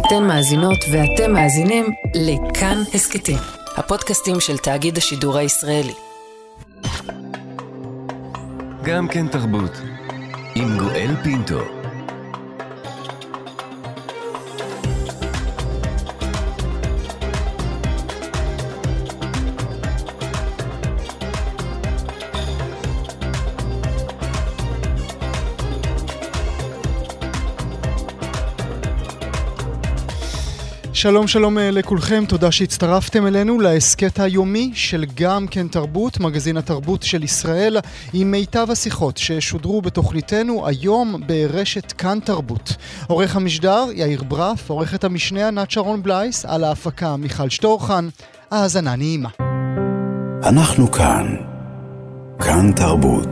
אתן מאזינות ואתם מאזינים לכאן הסקטים, הפודקאסטים של תאגיד השידור הישראלי. גם כן תרבות, עם גואל פינטו. שלום שלום לכולכם, תודה שהצטרפתם אלינו להסקט היומי של גם כן תרבות, מגזין התרבות של ישראל, עם מיטב השיחות ששודרו בתוכניתנו היום ברשת כאן תרבות. עורך המשדר יאיר ברף, עורכת המשנה ענת שרון בלייס, על ההפקה מיכל שטורחן. האזנה נעימה. אנחנו כאן, כאן תרבות.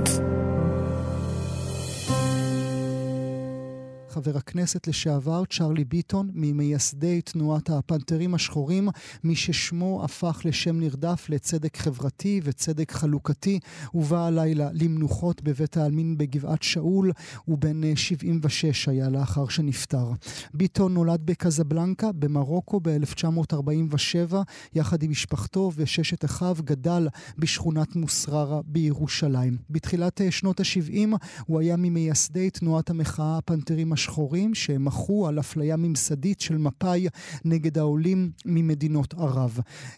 חבר הכנסת לשעבר צ'רלי ביטון, ממייסדי תנועת הפנתרים השחורים, מי ששמו הפך לשם נרדף לצדק חברתי וצדק חלוקתי, ובא הלילה למנוחות בבית העלמין בגבעת שאול, ובן 76 היה לאחר שנפטר. ביטון נולד בקזבלנקה במרוקו ב-1947, יחד עם משפחתו וששת אחיו גדל בשכונת מוסררה בירושלים. בתחילת שנות ה-70 הוא היה ממייסדי תנועת המחאה הפנתרים השחורים, שמחו על אפליה ממסדית של מפא"י נגד העולים ממדינות ערב.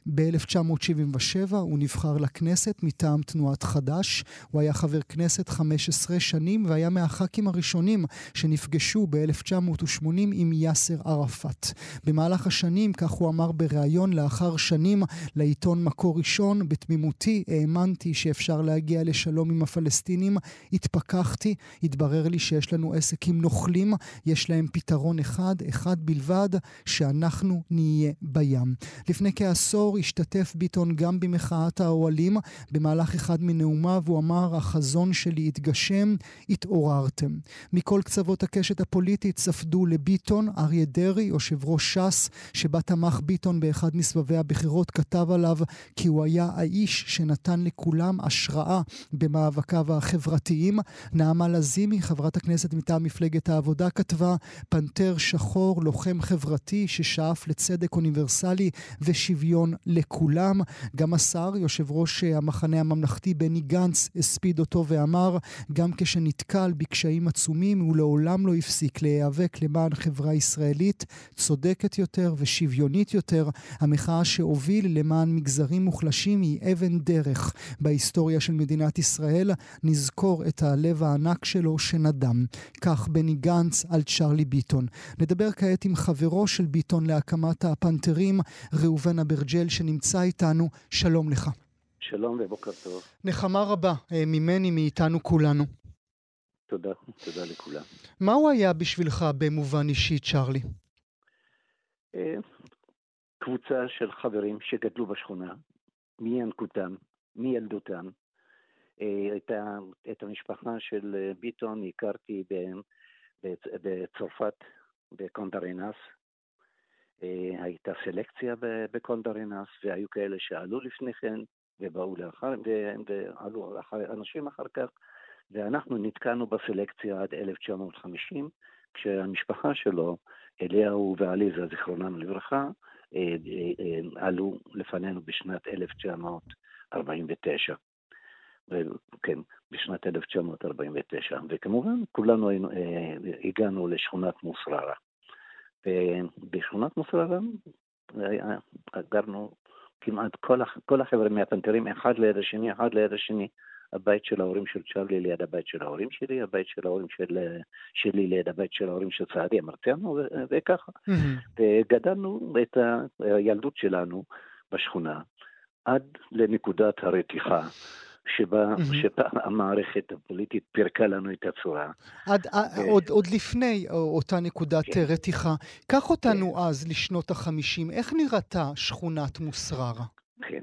ב-1977 הוא נבחר לכנסת מטעם תנועת חד"ש. הוא היה חבר כנסת 15 שנים והיה מהח"כים הראשונים שנפגשו ב-1980 עם יאסר ערפאת. במהלך השנים, כך הוא אמר בריאיון לאחר שנים לעיתון מקור ראשון, בתמימותי האמנתי שאפשר להגיע לשלום עם הפלסטינים, התפכחתי, התברר לי שיש לנו עסק עם נוכלים, יש להם פתרון אחד בלבד, שאנחנו נהיה בים. לפני כעשור השתתף ביטון גם במחאת האוהלים. במהלך אחד מנאומיו הוא אמר, החזון שלי התגשם, התעוררתם. מכל קצוות הקשת הפוליטית ספדו לביטון. אריה דרעי, יושב ראש ש"ס, שבה תמך ביטון באחד מסבבי הבחירות, כתב עליו כי הוא היה האיש שנתן לכולם השראה במאבקיו החברתיים. נעמה לזימי, חברת הכנסת מטעם מפלגת העבודה, כתבה, פנתר שחור, לוחם חברתי ששאף לצדק אוניברסלי ושוויון לכולם. גם השר, יושב ראש המחנה הממלכתי בני גנץ, הספיד אותו ואמר, גם כשנתקל בקשיים עצומים, הוא לעולם לא הפסיק להיאבק למען חברה ישראלית צודקת יותר ושוויונית יותר. המחאה שהוביל למען מגזרים מוחלשים היא אבן דרך בהיסטוריה של מדינת ישראל. נזכור את הלב הענק שלו שנדם. כך בני גנץ על צ'רלי ביטון. נדבר כעת עם חברו של ביטון להקמת הפנתרים, ראובן אברג'ל, שנמצא איתנו. שלום לך. שלום ובוקר טוב. נחמה רבה ממני, מאיתנו כולנו. תודה לכולם. מה הוא היה בשבילך במובן אישי, צ'רלי? קבוצה של חברים שגדלו בשכונה, מינקותם, מילדותם. את המשפחה של ביטון הכרתי בצרפת, בקונדרנס. הייתה סלקציה בקונדרנס, והיו כאלה שעלו לפני כן, ובאו לאחר, ועלו אנשים אחר כך, ואנחנו נתקענו בסלקציה עד 1950, כשהמשפחה שלו, אליהו ועליזה, זיכרונם לברכה, עלו לפנינו בשנת 1949. כן, בשנת 1949, וכמובן כולנו הגענו לשכונת מוסררה, ובשכונת מוסררה גרנו כמעט כל החבר'ה מהפנתרים, אחד ליד השני, הבית של ההורים של צ'רלי ליד הבית של ההורים שלי, הבית של ההורים שלי ליד הבית של ההורים של צעדי אמרתנו, וככה, וגדלנו את הילדות שלנו בשכונה, עד לנקודת הרתיחה, שבה המערכת הפוליטית פירקה לנו את הצורה. עוד לפני אותה נקודת רתיחה, קח אותנו אז לשנות ה-50, איך נראתה שכונת מוסררה? כן,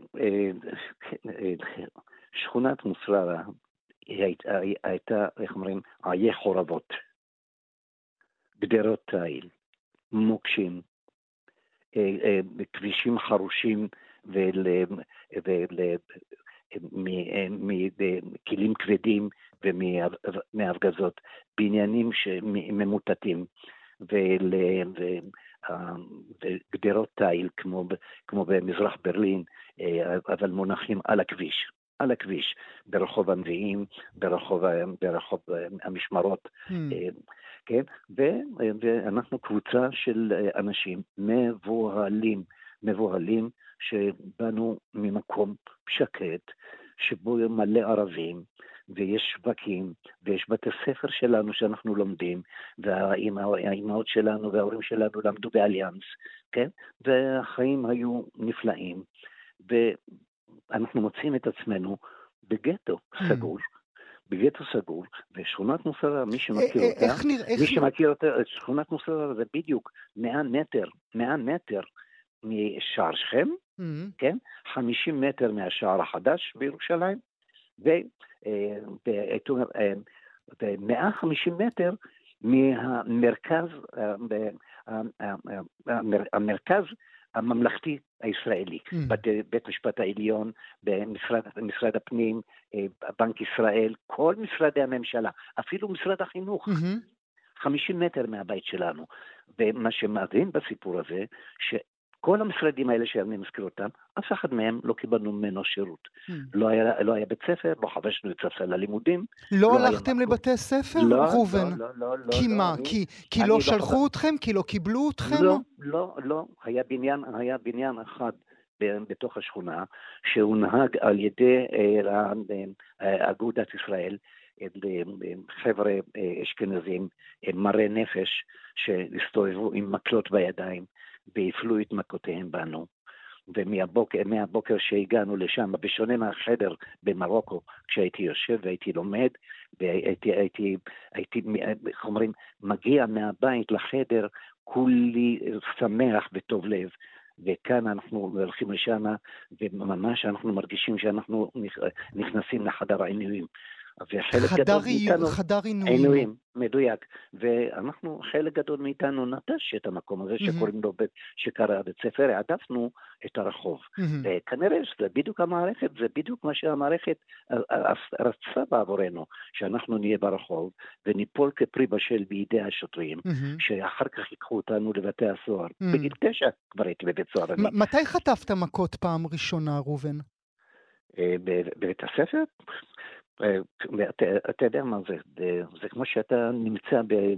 שכונת מוסררה הייתה, איך אומרים, עיי חורבות, גדרות תיל, מוקשים, כבישים חרושים מכלים כבדים ומהפגזות, בניינים ממוטטים, וגדרות תיל כמו במזרח ברלין, אבל מונחים על הכביש, ברחוב הנביאים, ברחוב המשמרות, כן? ואנחנו קבוצה של אנשים מבוהלים שבאנו ממקום שקט, שבו מלא ערבים, ויש שווקים, ויש בתי ספר שלנו שאנחנו לומדים, והאימהות שלנו וההורים שלנו למדו באליאנס, כן? והחיים היו נפלאים, ואנחנו מוצאים את עצמנו בגטו סגור, ושכונת מוסררה, מי שמכיר אותה, שכונת מוסררה זה בדיוק 100 מטר משער שכם, כן? 50 מטר מהשער החדש בירושלים, ו-150 מטר מהמרכז הממלכתי הישראלי, בית משפט העליון, במשרד הפנים, בנק ישראל, כל משרדי הממשלה, אפילו משרד החינוך, 50 מטר מהבית שלנו. ומה שמעניין בסיפור הזה, כל המשרדים האלה שאני מזכיר אותם, אף אחד מהם לא קיבלנו ממנו שירות. לא היה בית ספר, לא חבשנו את ספסל הלימודים. לא הלכתם לבתי ספר, ראובן? כי מה? כי לא שלחו אתכם? כי לא קיבלו אתכם? לא. היה בניין אחד בתוך השכונה, שהונהג על ידי אגודת ישראל, חבר'ה אשכנזים, מראי נפש, שהסתובבו עם מקלות בידיים, והפלו את מכותיהם בנו, ומהבוקר שהגענו לשם, בשונה מהחדר במרוקו, כשהייתי יושב והייתי לומד, והייתי מגיע מהבית לחדר, כולי שמח וטוב לב, וכאן אנחנו הולכים לשם, וממש אנחנו מרגישים שאנחנו נכנסים לחדר העינויים. חדר עינויים. מדויק, ואנחנו, חלק גדול מאיתנו נטש את המקום הזה שקוראים לו שקרא בית ספר, העדפנו את הרחוב, וכנראה שזה בדיוק המערכת, זה בדיוק מה שהמערכת רצה בעבורנו, שאנחנו נהיה ברחוב וניפול כפרי בשל בידי השוטרים, שאחר כך ייקחו אותנו לבתי הסוהר. בגיל 9 כבר הייתי בבית סוהר. מתי חטפת מכות פעם ראשונה, ראובן? בבית הספר? אתה יודע מה זה, זה כמו שאתה נמצא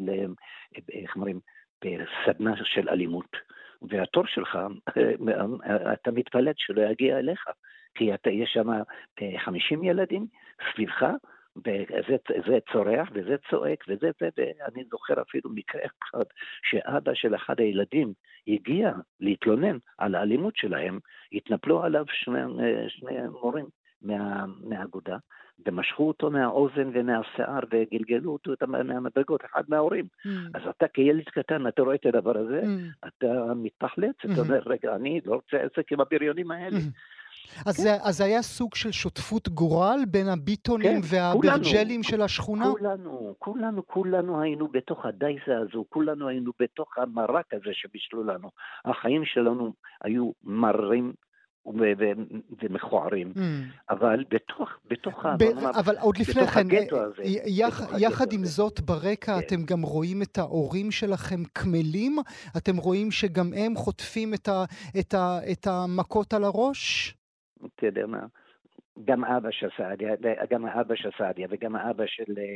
בסדנה של אלימות, והתור שלך, אתה מתפלט שלא יגיע אליך, כי יש שם 50 ילדים סביבך, וזה צורח וזה צועק ואני זוכר אפילו מקרה אחד שאבא של אחד הילדים הגיע להתלונן על האלימות שלהם, התנפלו עליו שני מורים מהאגודה, ומשכו אותו מהאוזן ומהשיער וגלגלו אותו מהמדרגות, אחד מההורים. אז אתה כילד קטן, אתה רואה את הדבר הזה, אתה מתפחלץ, אתה אומר, רגע, אני לא רוצה עסק עם הבריונים האלה. אז היה סוג של שותפות גורל בין הביטונים והברג'לים של השכונה? כולנו היינו בתוך הדייסה הזו, כולנו היינו בתוך המרק הזה שבישלו לנו. החיים שלנו היו מרים ומכוערים, אבל אבל עוד לפני כן, יחד עם זאת ברקע אתם גם רואים את ההורים שלכם כמלים? אתם רואים שגם הם חוטפים את המכות על הראש? אתה יודע מה, גם אבא של סעדיה וגם האבא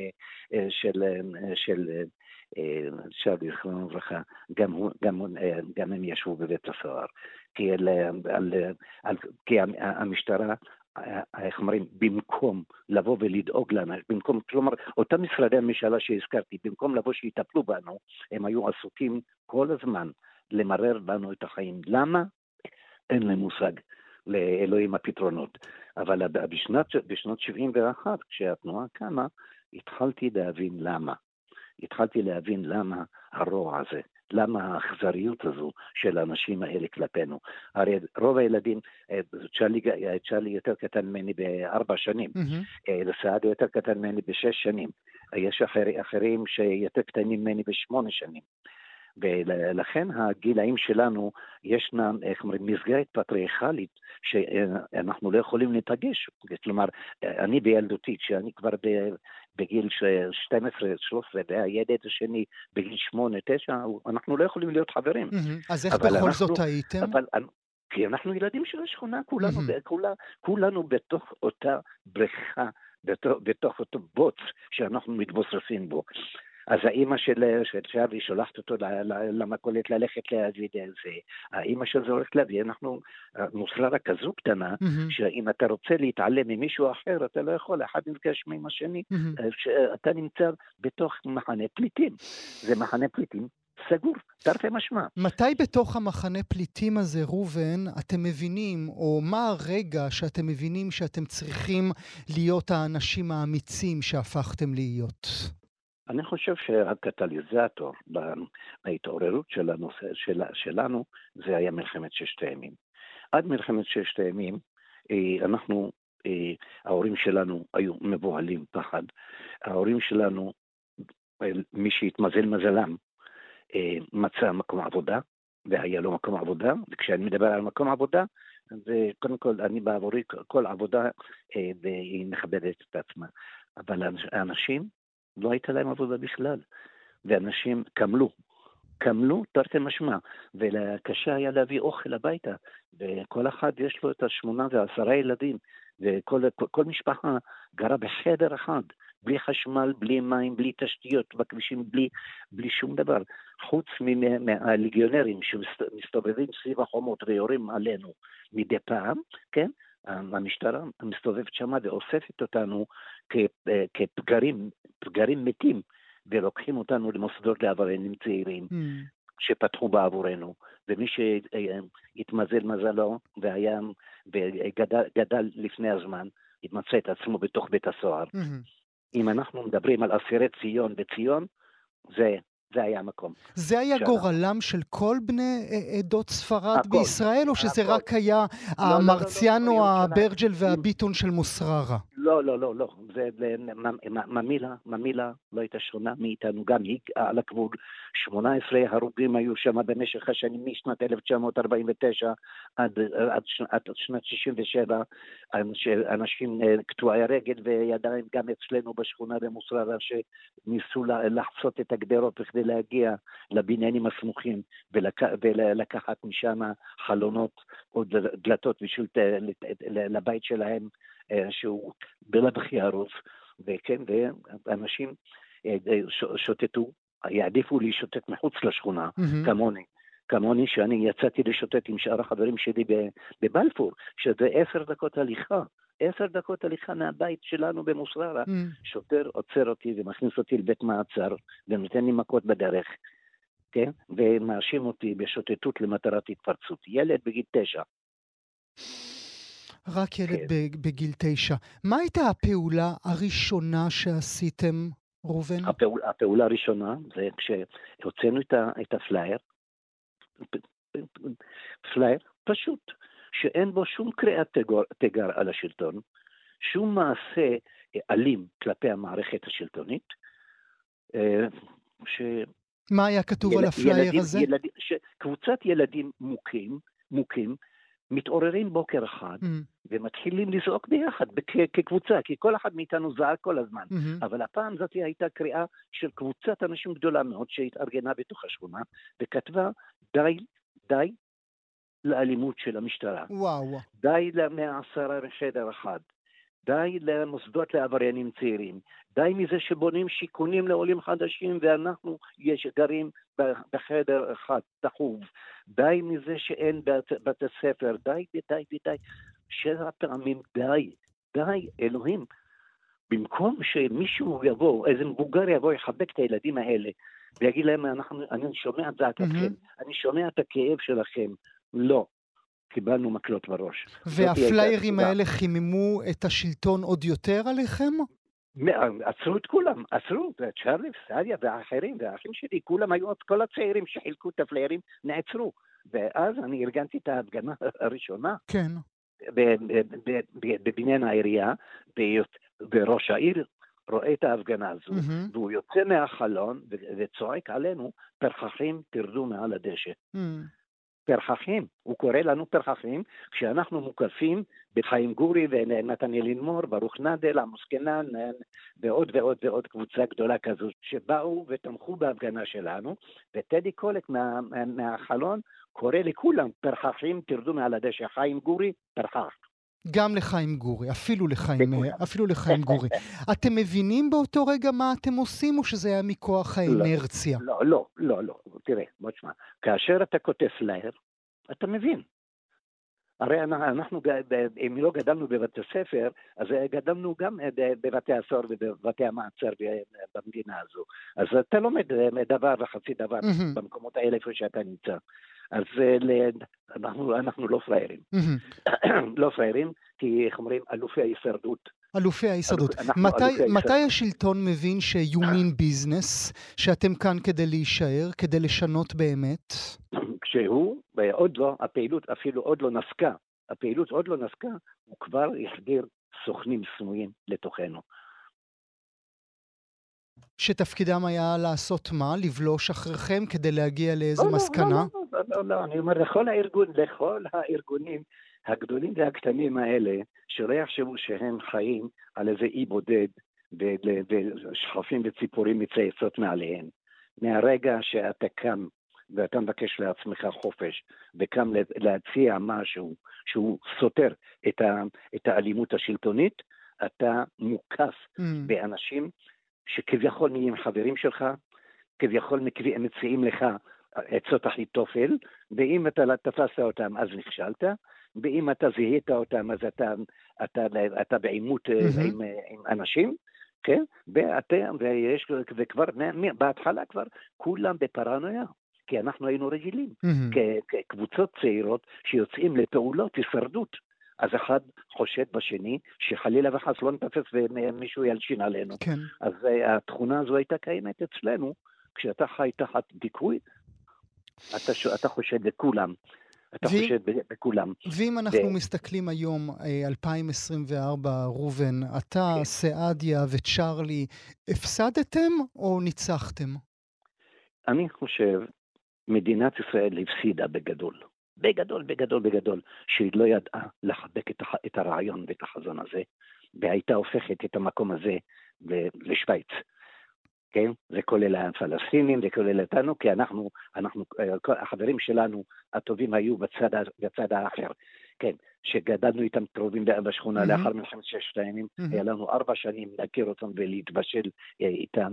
של שרלי זכרונו לברכה, גם הם ישבו בבית הסוהר, כי המשטרה, איך אומרים, במקום לבוא ולדאוג לנו, כלומר, אותם משרדי הממשלה שהזכרתי, במקום לבוא שיטפלו בנו, הם היו עסוקים כל הזמן למרר בנו את החיים. למה? אין להם מושג. לאלוהים הפתרונות. אבל בשנות 71, כשהתנועה קמה, התחלתי להבין למה הרוע הזה, למה האכזריות הזו של האנשים האלה כלפינו. הרי רוב הילדים, צ'רלי יותר קטן ממני ב4 שנים, לסעדיה יותר קטן ממני ב6 שנים, יש אחרים שיותר קטנים ממני ב8 שנים. ולכן הגילאים שלנו ישנה, איך אומרים, מסגרת פטריארכלית שאנחנו לא יכולים להתרגש. כלומר, אני בילדותי, כשאני כבר בגיל 12-13, והילד השני בגיל 8-9, אנחנו לא יכולים להיות חברים. אז איך בכל זאת הייתם? כי אנחנו ילדים של השכונה, כולנו בתוך אותה בריכה, בתוך אותו בוץ שאנחנו מתבוססים בו. אז האמא של צ'רלי שולחת אותו למכולת ללכת להביא את זה. האמא של זה הולכת להביא, אנחנו מוסלרה כזו קטנה, שאם אתה רוצה להתעלם ממישהו אחר, אתה לא יכול, אחד נפגש עם השני, שאתה נמצא בתוך מחנה פליטים. זה מחנה פליטים סגור, תרתי משמע. מתי בתוך המחנה פליטים הזה, ראובן, אתם מבינים, או מה הרגע שאתם מבינים שאתם צריכים להיות האנשים האמיצים שהפכתם להיות? אני חושב שהקטליזטור בהתעוררות של הנושא שלנו, זה היה מלחמת ששת הימים. עד מלחמת ששת הימים, ההורים שלנו היו מבוהלים פחד. ההורים שלנו, מי שהתמזל מזלם, מצא מקום עבודה, והיה לו מקום עבודה, וכשאני מדבר על מקום עבודה, וקודם כל אני בעבורי כל עבודה, והיא מכבדת את עצמה. אבל האנשים, לא הייתה להם עבודה בכלל, ואנשים קמלו תרתי משמע, ולקשה היה להביא אוכל הביתה, וכל אחד יש לו את 8 ו10 ילדים, וכל משפחה גרה בחדר אחד, בלי חשמל, בלי מים, בלי תשתיות בכבישים, בלי שום דבר, חוץ מהליגיונרים שמסתובבים סביב החומות ויורים עלינו מדי פעם, כן? המשטרה מסתובבת שמה ואוספת אותנו כפגרים מתים, ולוקחים אותנו למוסדות לעבריינים צעירים שפתחו בעבורנו, ומי שהתמזל מזלו וגדל לפני הזמן, התמצא את עצמו בתוך בית הסוהר. אם אנחנו מדברים על אסירי ציון בציון, זה היה המקום. זה היה גורלם של כל בני עדות ספרד בישראל, או שזה רק היה המרציאנו, הברג'ל והביטון של מוסררה? לא. זה ממילה לא הייתה שונה מאיתנו, גם היא על הגבול. 18 הרוגים היו שם במשך השנים, משנת 1949 עד שנת 67, אנשים קטועי רגל וידיים גם אצלנו בשכונה במוסררה, שניסו לחצות את הגדרות בכדי להגיע לבניינים הסמוכים, ולקחת משם חלונות או דלתות בשביל לבית שלהם, שהוא בלבחי הרוס, וכן, ואנשים שוטטו, יעדיפו להישוטט מחוץ לשכונה, כמוני שאני יצאתי לשוטט עם שאר החברים שלי בבלפור, שזה 10 דקות הליכה, 10 דקות הליכה מהבית שלנו במוסררה. שוטר עוצר אותי ומכניס אותי לבית מעצר, ונותן לי מכות בדרך, כן? ומאשים אותי בשוטטות למטרת התפרצות. ילד בגיל 9. רק ילד בגיל 9. מה הייתה הפעולה הראשונה שעשיתם, ראובן? הפעולה הראשונה זה כשהוצאנו את הפלייר, פלייר פשוט, שאין בו שום קריאת תיגר על השלטון, שום מעשה אלים כלפי המערכת השלטונית. מה היה כתוב על הפלייר הזה? קבוצת ילדים מוכים, מתעוררים בוקר אחד, ומתחילים לזעוק ביחד, כקבוצה, כי כל אחד מאיתנו זעק כל הזמן. אבל הפעם זאת הייתה קריאה של קבוצת אנשים גדולה מאוד, שהתארגנה בתוך השכונה, וכתבה די לאלימות של המשטרה. וואו. די ל110 בחדר אחד. די למוסדות לעבריינים צעירים. די מזה שבונים שיכונים לעולים חדשים, ואנחנו גרים בחדר אחד תחוב. די מזה שאין בתי ספר. די. 7 פעמים די, אלוהים. במקום שמישהו יבוא, איזה מבוגר יבוא, יחבק את הילדים האלה, ויגיד להם, אני שומע את זעקתכם, אני שומע את הכאב שלכם. לא. קיבלנו מקלות בראש. והפליירים האלה חיממו את השלטון עוד יותר עליכם? עצרו את כולם, צ'רלי, סעדיה והאחרים, והאחים שלי, כולם היו, כל הצעירים שחילקו את הפליירים, נעצרו. ואז אני ארגנתי את ההפגנה הראשונה. כן. בבניין העירייה, בראש העיר, רואה את ההפגנה הזו, והוא יוצא מהחלון וצועק עלינו, פרחחים תרדו מעל הדשא. פרחחים, הוא קורא לנו פרחחים, כשאנחנו מוקפים בחיים גורי ונתנאל אלמור, ברוך נדל, עמוס קינן, ועוד ועוד ועוד קבוצה גדולה כזו, שבאו ותמכו בהפגנה שלנו, וטדי קולק מהחלון קורא לכולם, פרחחים תרדו מעל הדשא, חיים גורי, פרחח. גם לחיים גורי, אפילו לחיים גורי. אתם מבינים באותו רגע מה אתם עושים, או שזה היה מכוח האנרציה? לא. תראה, בוא תשמע. כאשר אתה כותב פלייר, אתה מבין. הרי אנחנו, אם לא גדלנו בבתי ספר, אז גדלנו גם בבתי הסוהר ובבתי המעצר במדינה הזו. אז אתה לומד דבר וחצי דבר במקומות האלה איפה שאתה נמצא. אז אנחנו לא פריירים. לא פריירים, כי איך אומרים, אלופי ההישרדות. אלופי ההישרדות. מתי השלטון מבין ש-you mean business, שאתם כאן כדי להישאר, כדי לשנות באמת? כשהוא, עוד לא, הפעילות אפילו עוד לא נסקה. הפעילות עוד לא נסקה, הוא כבר יחדיר סוכנים סמויים לתוכנו. שתפקידם היה לעשות מה? לבלוש אחריכם כדי להגיע לאיזה מסקנה? לא, אני אומר לכל הארגונים הגדולים והקטנים האלה, שלא יחשבו שהם חיים על איזה אי בודד, ושכפים וציפורים מצייצות מעליהם. מהרגע שאתה קם, ואתה מבקש לעצמך חופש, וקם להציע משהו שהוא סותר את האלימות השלטונית, אתה מוקף באנשים שכביכול נהיים חברים שלך, כביכול מציעים לך עצות אחיתופל, ואם אתה תפסת אותם אז נכשלת, ואם אתה זיהית אותם אז אתה בעימות עם אנשים, כן? וכבר בהתחלה כבר כולם בפרנויה, כי אנחנו היינו רגילים, כקבוצות צעירות שיוצאים לפעולות הישרדות. אז אחד חושד בשני, שחלילה וחס לא נתפס ומישהו ילשין עלינו. כן. אז התכונה הזו הייתה קיימת אצלנו, כשאתה חי תחת דיכוי, אתה חושד בכולם. בכולם. ואם אנחנו מסתכלים היום, 2024, רובן, אתה, סעדיה וצ'רלי, הפסדתם או ניצחתם? אני חושב, מדינת ישראל הפסידה בגדול. בגדול, שהיא לא ידעה לחבק את הרעיון ואת החזון הזה, והייתה הופכת את המקום הזה לשוויץ. כן? זה כולל הפלסטינים, זה כולל אותנו, כי החברים שלנו הטובים היו בצד האחר. כן, שגדלנו איתם קרובים בשכונה לאחר מלחמת ששת הימים, היה לנו 4 שנים להכיר אותם ולהתבשל איתם,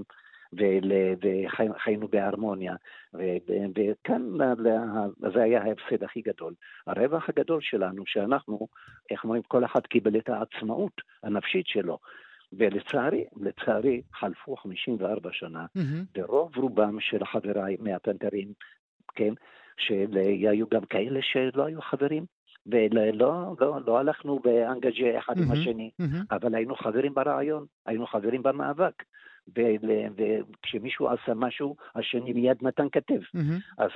וחיינו בהרמוניה, וכאן זה היה ההפסד הכי גדול. הרווח הגדול שלנו, שאנחנו, איך אומרים, כל אחד קיבל את העצמאות הנפשית שלו, ולצערי חלפו 54 שנה, ברוב רובם של החבריי מהפנתרים, כן, שהיו גם כאלה שלא היו חברים, ולא הלכנו באנגג'ה אחד עם השני, אבל היינו חברים ברעיון, היינו חברים במאבק, וכשמישהו עשה משהו, השני מיד נתן כתב. אז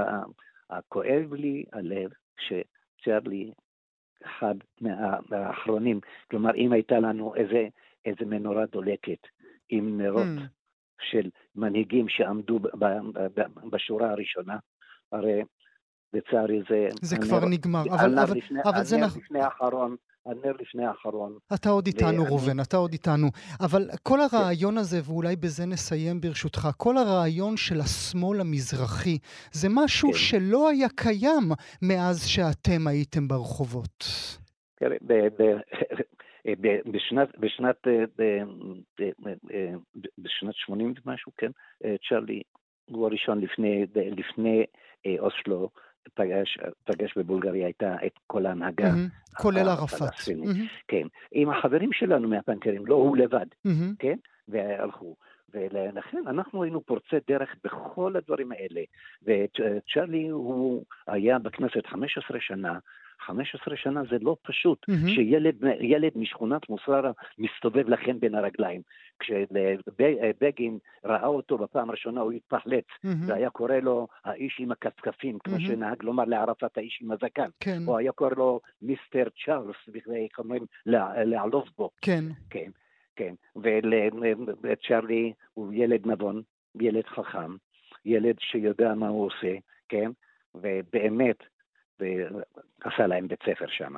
הכואב לי הלב, שצ'רלי אחד מהאחרונים, כלומר אם הייתה לנו איזה מנורה דולקת עם נרות של מנהיגים שעמדו בשורה הראשונה, הרי לצערי זה כבר נגמר. אבל זה הנר לפני האחרון. אתה עוד איתנו, רובן, אתה עוד איתנו. אבל כל הרעיון הזה, ואולי בזה נסיים ברשותך, כל הרעיון של השמאל המזרחי, זה משהו שלא היה קיים מאז שאתם הייתם ברחובות. בשנת 80 ומשהו, כן, צ'רלי הוא הראשון לפני אוסלו, פגש בבולגריה הייתה את כל ההנהגה, כולל ערפאת. כן, עם החברים שלנו מהפנתרים, לא הוא לבד, כן, והלכו. ולכן אנחנו היינו פורצי דרך בכל הדברים האלה, וצ'רלי הוא היה בכנסת 15 שנה, 15 שנה זה לא פשוט, שילד משכונת מוסררה מסתובב לכן בין הרגליים. כשבגין ראה אותו בפעם הראשונה הוא התפחלץ, והיה קורא לו האיש עם הקצקפים, כמו שנהג לומר לערפאת האיש עם הזקן, או היה קורא לו מיסטר צ'ארלס, בכדי לעלוב בו. כן. כן, וצ'רלי הוא ילד נבון, ילד חכם, ילד שיודע מה הוא עושה, כן, ובאמת, עשה להם בית ספר שם.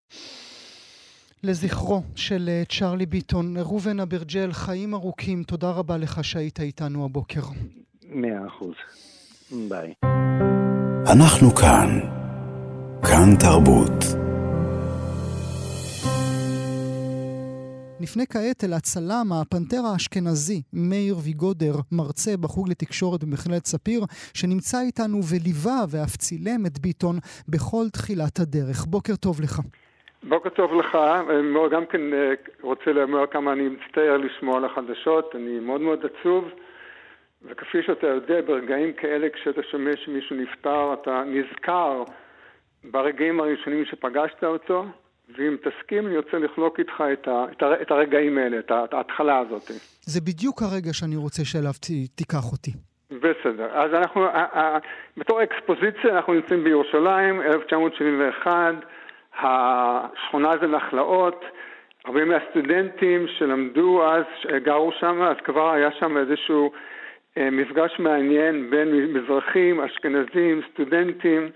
לזכרו של צ'רלי ביטון, ראובן אברג'ל, חיים ארוכים, תודה רבה לך שהיית איתנו הבוקר. 100%. ביי. אנחנו כאן תרבות. נפנה כעת אל הצלם, הפנתר האשכנזי, מאיר ויגודר, מרצה בחוג לתקשורת במכללת ספיר, שנמצא איתנו וליווה ואף צילם את ביטון בכל תחילת הדרך. בוקר טוב לך. בוקר טוב לך, גם כן רוצה לומר כמה אני מצטער לשמוע על החדשות, אני מאוד מאוד עצוב, וכפי שאתה יודע, ברגעים כאלה כשאתה שומע שמישהו נפטר, אתה נזכר ברגעים הראשונים שפגשת אותו, ואם תסכים אני רוצה לחלוק איתך את הרגעים האלה, את ההתחלה הזאת. זה בדיוק הרגע שאני רוצה שאליו תיקח אותי. בסדר, אז אנחנו, בתור אקספוזיציה אנחנו נמצאים בירושלים, 1971, השכונה זה נחלאות, הרבה מהסטודנטים שלמדו אז, גרו שם, אז כבר היה שם איזשהו מפגש מעניין בין מזרחים, אשכנזים, סטודנטים,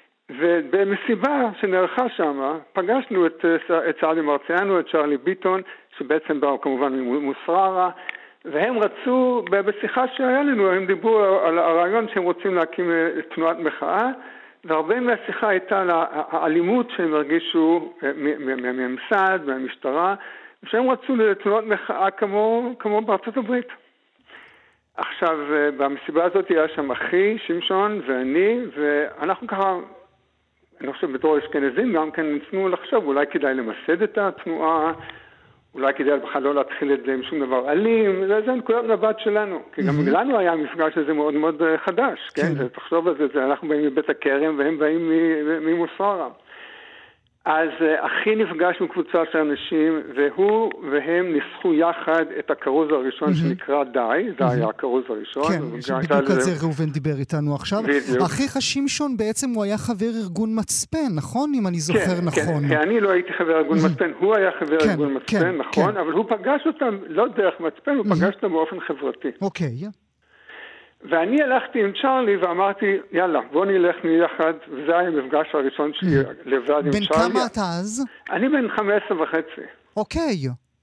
ובמסיבה שנערכה שם, פגשנו את סעדי מרציאנו, את צ'רלי ביטון, שבעצם באו כמובן ממוסררה, והם רצו, בשיחה שהיה לנו, הם דיברו על הרעיון שהם רוצים להקים תנועת מחאה, והרבה מהשיחה הייתה על האלימות שהם הרגישו מהממסד, מהמשטרה, ושהם רצו לתנועות מחאה כמו בארצות הברית. עכשיו, במסיבה הזאת היה שם אחי, שמשון ואני, ואנחנו ככה, אני חושב בתור אשכנזים גם כן ניסינו לחשוב, אולי כדאי למסד את התנועה, אולי כדאי בכלל לא להתחיל את זה עם שום דבר אלים, זה נקודת מבט שלנו, כי גם לנו היה המפגש הזה מאוד מאוד חדש, כן? תחשוב על זה, אנחנו באים מבית הכרם והם באים ממוסררה. אז אחי נפגש עם קבוצה של אנשים, והוא והם ניסחו יחד את הכרוז הראשון שנקרא די, זה היה הכרוז הראשון. כן, שבדיוק על זה ראובן דיבר איתנו עכשיו. אחיך שמשון בעצם הוא היה חבר ארגון מצפן, נכון? אם אני זוכר נכון. כן, אני לא הייתי חבר ארגון מצפן, הוא היה חבר ארגון מצפן, נכון? אבל הוא פגש אותם לא דרך מצפן, הוא פגש אותם באופן חברתי. אוקיי. ואני הלכתי עם צ'רלי ואמרתי, יאללה, בוא נלך יחד, וזה היה המפגש הראשון שלי לבד עם צ'רלי. בן כמה אתה אז? אני בן 15 וחצי. אוקיי.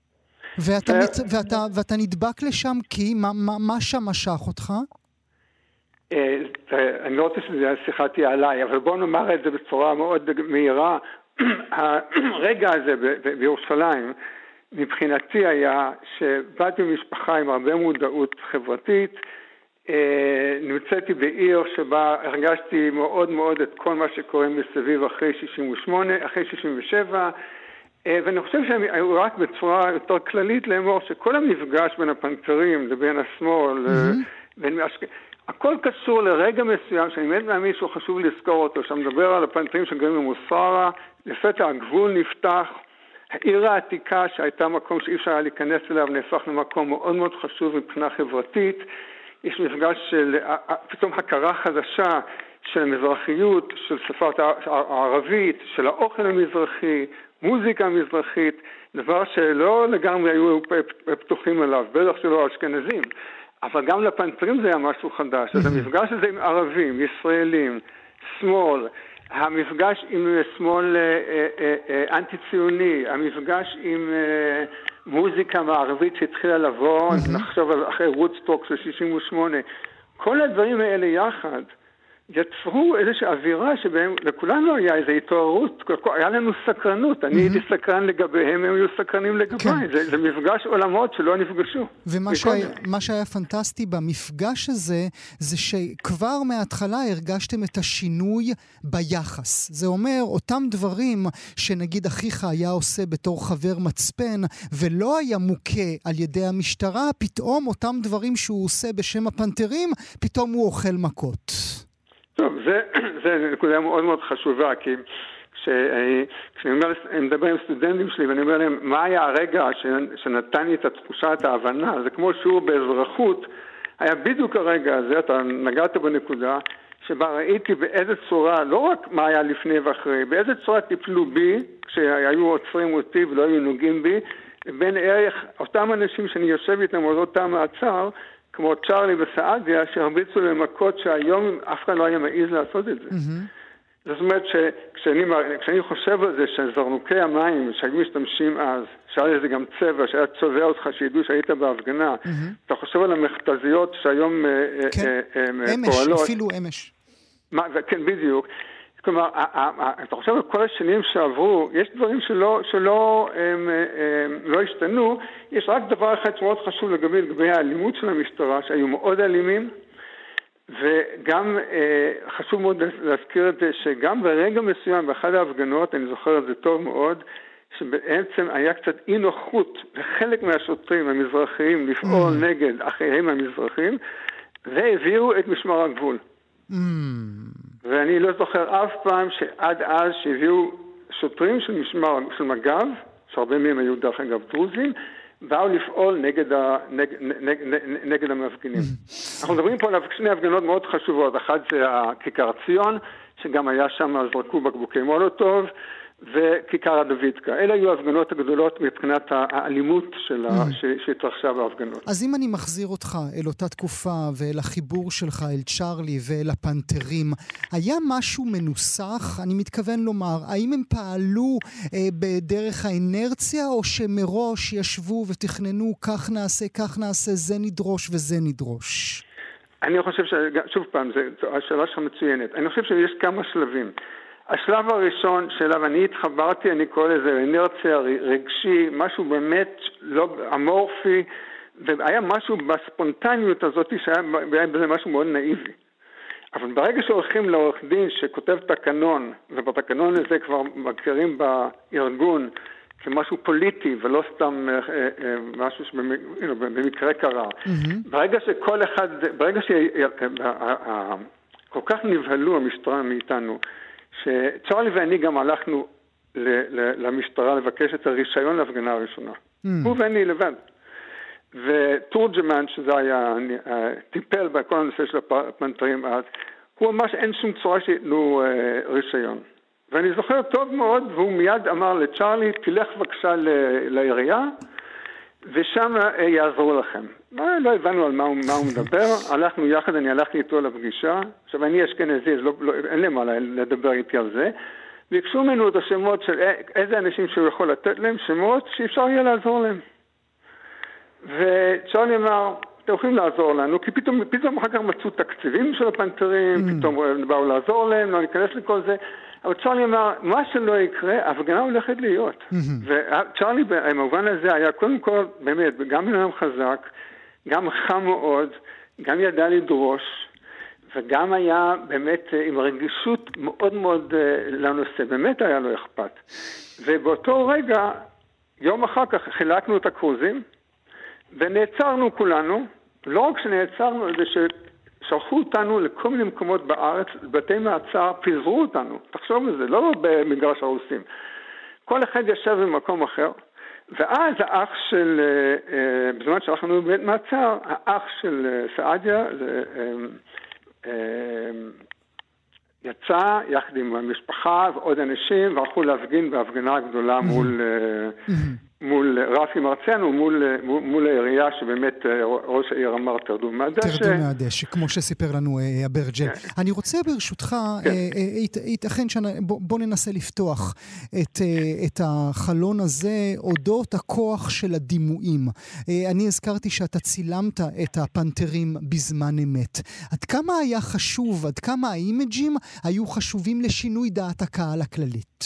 ואתה נדבק לשם כי מה שם משך אותך? אני לא רוצה שזה שיחה תהיה עליי, אבל בוא נאמר את זה בצורה מאוד מהירה. הרגע הזה בירושלים, מבחינתי היה שבאתי במשפחה עם הרבה מודעות חברתית, נמצאתי בעיר שבה הרגשתי מאוד מאוד את כל מה שקורה מסביב אחרי 68, אחרי 67, ואני חושב שהיו רק בצורה יותר כללית לאמור שכל המפגש בין הפנתרים לבין השמאל, הכל קשור לרגע מסוים שאני באמת מאמין שהוא חשוב לזכור אותו, שמדבר על הפנתרים שגרים במוסררה, לפתע הגבול נפתח, העיר העתיקה שהייתה מקום שאי אפשר היה להיכנס אליו נהפך למקום מאוד מאוד חשוב מבחינה חברתית, יש מפגש של פתאום הכרה חדשה של המזרחיות, של שפה הערבית, של האוכל המזרחי, מוזיקה מזרחית, דבר שלא לגמרי היו פתוחים עליו, בטח שלא אשכנזים, אבל גם לפנתרים זה היה משהו חדש. אז המפגש הזה עם ערבים, ישראלים, שמאל, המפגש עם שמאל אנטי-ציוני, המפגש עם מוזיקה מערבית שהתחילה לבוא, נחשוב אחרי וודסטוק של 68, כל הדברים האלה יחד יצרו איזושהי אווירה שבהם לכולנו היה איזו התעוררות, היה לנו סקרנות, אני הייתי סקרן לגביהם, הם היו סקרנים לגביי, זה מפגש עולמות שלא נפגשו. ומה שהיה פנטסטי במפגש הזה, זה שכבר מההתחלה הרגשתם את השינוי ביחס. זה אומר, אותם דברים שנגיד אחיך היה עושה בתור חבר מצפן, ולא היה מוכה על ידי המשטרה, פתאום אותם דברים שהוא עושה בשם הפנתרים, פתאום הוא אוכל מכות. טוב, זה נקודה מאוד מאוד חשובה, כי כשאני מדבר עם סטודנטים שלי ואני אומר להם, מה היה הרגע שנתן לי את התחושה, את ההבנה, זה כמו שהוא באזרחות, היה בדיוק הרגע הזה, אתה נגעת בנקודה, שבה ראיתי באיזה צורה, לא רק מה היה לפני ואחרי, באיזה צורה טיפלו בי, כשהיו עוצרים אותי ולא היו נוגעים בי, בין ערך אותם אנשים שאני יושב איתם על אותו מעצר, כמו צ'רלי וסעדיה, שהרביצו למכות שהיום אף אחד לא היה מעז לעשות את זה. זאת אומרת שכשאני חושב על זה שזרנוקי המים שהיו משתמשים אז, שהיה לזה גם צבע, שהיה צובע אותך שידעו שהיית בהפגנה, אתה חושב על המכתזיות שהיום פועלות. אפילו אמש. כן, בדיוק. כלומר, אתה חושב על כל השנים שעברו, יש דברים שלא השתנו, יש רק דבר אחד שמאוד חשוב לגבי האלימות של המשטרה, שהיו מאוד אלימים, וגם חשוב מאוד להזכיר את זה, שגם ברגע מסוים, באחד ההפגנות, אני זוכר את זה טוב מאוד, שבעצם היה קצת אי נוחות לחלק מהשוטרים המזרחיים לפעול נגד אחיהם המזרחים, והביאו את משמר הגבול. ואני לא זוכר אף פעם שעד אז שהביאו שוטרים של מג"ב, שהרבה מהם היו דרך אגב דרוזים, באו לפעול נגד המפגינים. אנחנו מדברים פה על שני הפגנות מאוד חשובות. אחת זה הכיכר ציון, שגם היה שם, זרקו בקבוקי מולוטוב, וכיכר הדוידקה. אלה היו ההפגנות הגדולות מבחינת האלימות שהתרחשה בהפגנות. אז אם אני מחזיר אותך אל אותה תקופה ואל החיבור שלך אל צ'רלי ואל הפנתרים, היה משהו מנוסח? אני מתכוון לומר, האם הם פעלו בדרך האינרציה, או שמראש ישבו ותכננו כך נעשה, זה נדרוש וזה נדרוש? אני חושב שוב פעם, השאלה שלך מצוינת. אני חושב שיש כמה שלבים. השלב הראשון שאליו אני התחברתי, אני קורא לזה אינרציה רגשי, משהו באמת לא אמורפי, והיה משהו בספונטניות הזאת שהיה בזה משהו מאוד נאיבי. אבל ברגע שהולכים לעורך דין שכותב תקנון, ובתקנון הזה כבר מכירים בארגון כמשהו פוליטי ולא סתם משהו שבמקרה קרה, ברגע שכל אחד, ברגע שכל כך נבהלו המשטרה מאיתנו, שצ'רלי ואני גם הלכנו למשטרה לבקש את הרישיון להפגנה הראשונה. הוא ואני לבד. וטורג'מן, שזה היה, טיפל בכל הנושא של הפנתרים אז, הוא ממש אין שום צורה שיתנו רישיון. ואני זוכר טוב מאוד, והוא מיד אמר לצ'רלי, תלך בבקשה לעירייה, ושם יעזרו לכם. לא הבנו על מה הוא מדבר, הלכנו יחד, אני הלכתי איתו לפגישה, עכשיו אני אשכנזי, אז אין לי מה לדבר איתי על זה, ביקשו ממנו את השמות של איזה אנשים שהוא יכול לתת להם, שמות שאפשר יהיה לעזור להם. וצ'רלי אמר, אתם יכולים לעזור לנו, כי פתאום אחר כך מצאו תקציבים של הפנתרים, פתאום באו לעזור להם, לא ניכנס לכל זה, אבל צ'רלי אמר, מה שלא יקרה, ההפגנה הולכת להיות. וצ'רלי במובן הזה היה קודם כל, באמת, גם בנאדם חזק, גם חם מאוד, גם ידע לדרוש, וגם היה באמת עם רגישות מאוד מאוד לנושא, באמת היה לו אכפת. ובאותו רגע, יום אחר כך חילקנו את הקרוזים, ונעצרנו כולנו, לא רק שנעצרנו, זה ששלחו אותנו לכל מיני מקומות בארץ, בתי מעצר, פיזרו אותנו, תחשוב על זה, לא במגרש הרוסים. כל אחד ישב במקום אחר, ואז האח של, בזמן שאנחנו בבית מעצר, האח של סעדיה, יצא יחד עם המשפחה ועוד אנשים, והלכו להפגין בהפגנה הגדולה מול רפי מרצנו, מול העירייה שבאמת ראש העיר אמר תרדו מהדשא. תרדו מהדשא, כמו שסיפר לנו אברג'ל. אני רוצה ברשותך, ייתכן בוא ננסה לפתוח את החלון הזה אודות הכוח של הדימויים. אני הזכרתי שאתה צילמת את הפנתרים בזמן אמת. עד כמה היה חשוב, עד כמה האימג'ים היו חשובים לשינוי דעת הקהל הכללית?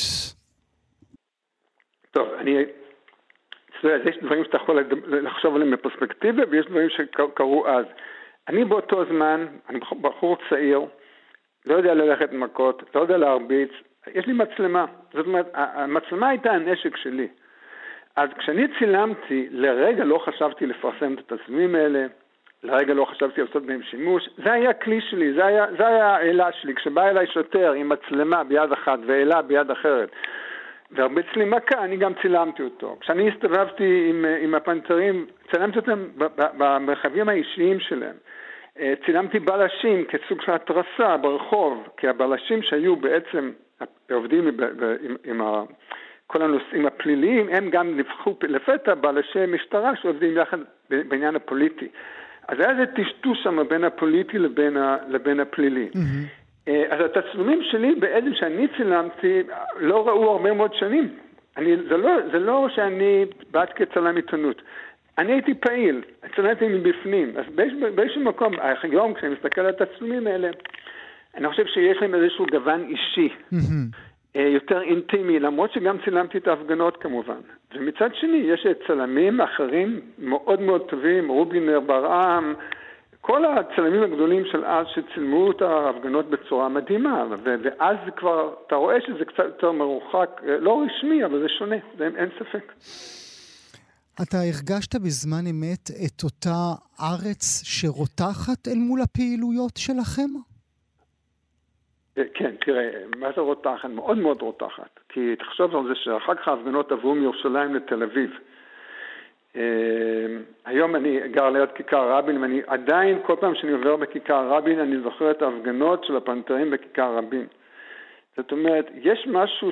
טוב, יש דברים שאתה יכול לחשוב עליהם בפרספקטיבה, ויש דברים שקרו אז. אני באותו זמן, אני בחור צעיר, לא יודע ללכת מכות, לא יודע להרביץ, יש לי מצלמה. זאת אומרת, המצלמה הייתה הנשק שלי. אז כשאני צילמתי, לרגע לא חשבתי לפרסם את התצלומים האלה, לרגע לא חשבתי לעשות בהם שימוש, זה היה כלי שלי, זה היה העילה שלי. כשבא אליי שוטר עם מצלמה ביד אחת ועילה ביד אחרת, והרביץ לי מכה, אני גם צילמתי אותו. כשאני הסתובבתי עם הפנתרים, צילמתי אותם במרחבים האישיים שלהם. צילמתי בלשים כסוג של התרסה ברחוב, כי הבלשים שהיו בעצם עובדים עם כל הנושאים הפליליים, הם גם נבחרו לפתע בלשי משטרה שעובדים יחד בעניין הפוליטי. אז היה זה טשטוש שם בין הפוליטי לבין הפלילי. אז התצלומים שלי בעצם שאני צילמתי לא ראו הרבה מאוד שנים. זה לא שאני באת כצלם עיתונות. אני הייתי פעיל, צילמתי מבפנים. אז באיזשהו מקום, היום כשאני מסתכל על התצלומים האלה, אני חושב שיש להם איזשהו גוון אישי, יותר אינטימי, למרות שגם צילמתי את ההפגנות כמובן. ומצד שני, יש צלמים אחרים מאוד מאוד טובים, רובינר, ברעם, כל הצלמים הגדולים של אז שצילמו את ההפגנות בצורה מדהימה, ואז כבר, אתה רואה שזה קצת יותר מרוחק, לא רשמי, אבל זה שונה, אין ספק. אתה הרגשת בזמן אמת את אותה ארץ שרותחת אל מול הפעילויות שלכם? כן, תראה, מה זה רותחת? מאוד מאוד רותחת. כי תחשוב על זה שאחר כך ההפגנות עברו מירושלים לתל אביב. היום אני גר ליד כיכר רבין, ואני עדיין כל פעם שאני עובר בכיכר רבין, אני זוכר את ההפגנות של הפנתרים בכיכר רבין. זאת אומרת, יש משהו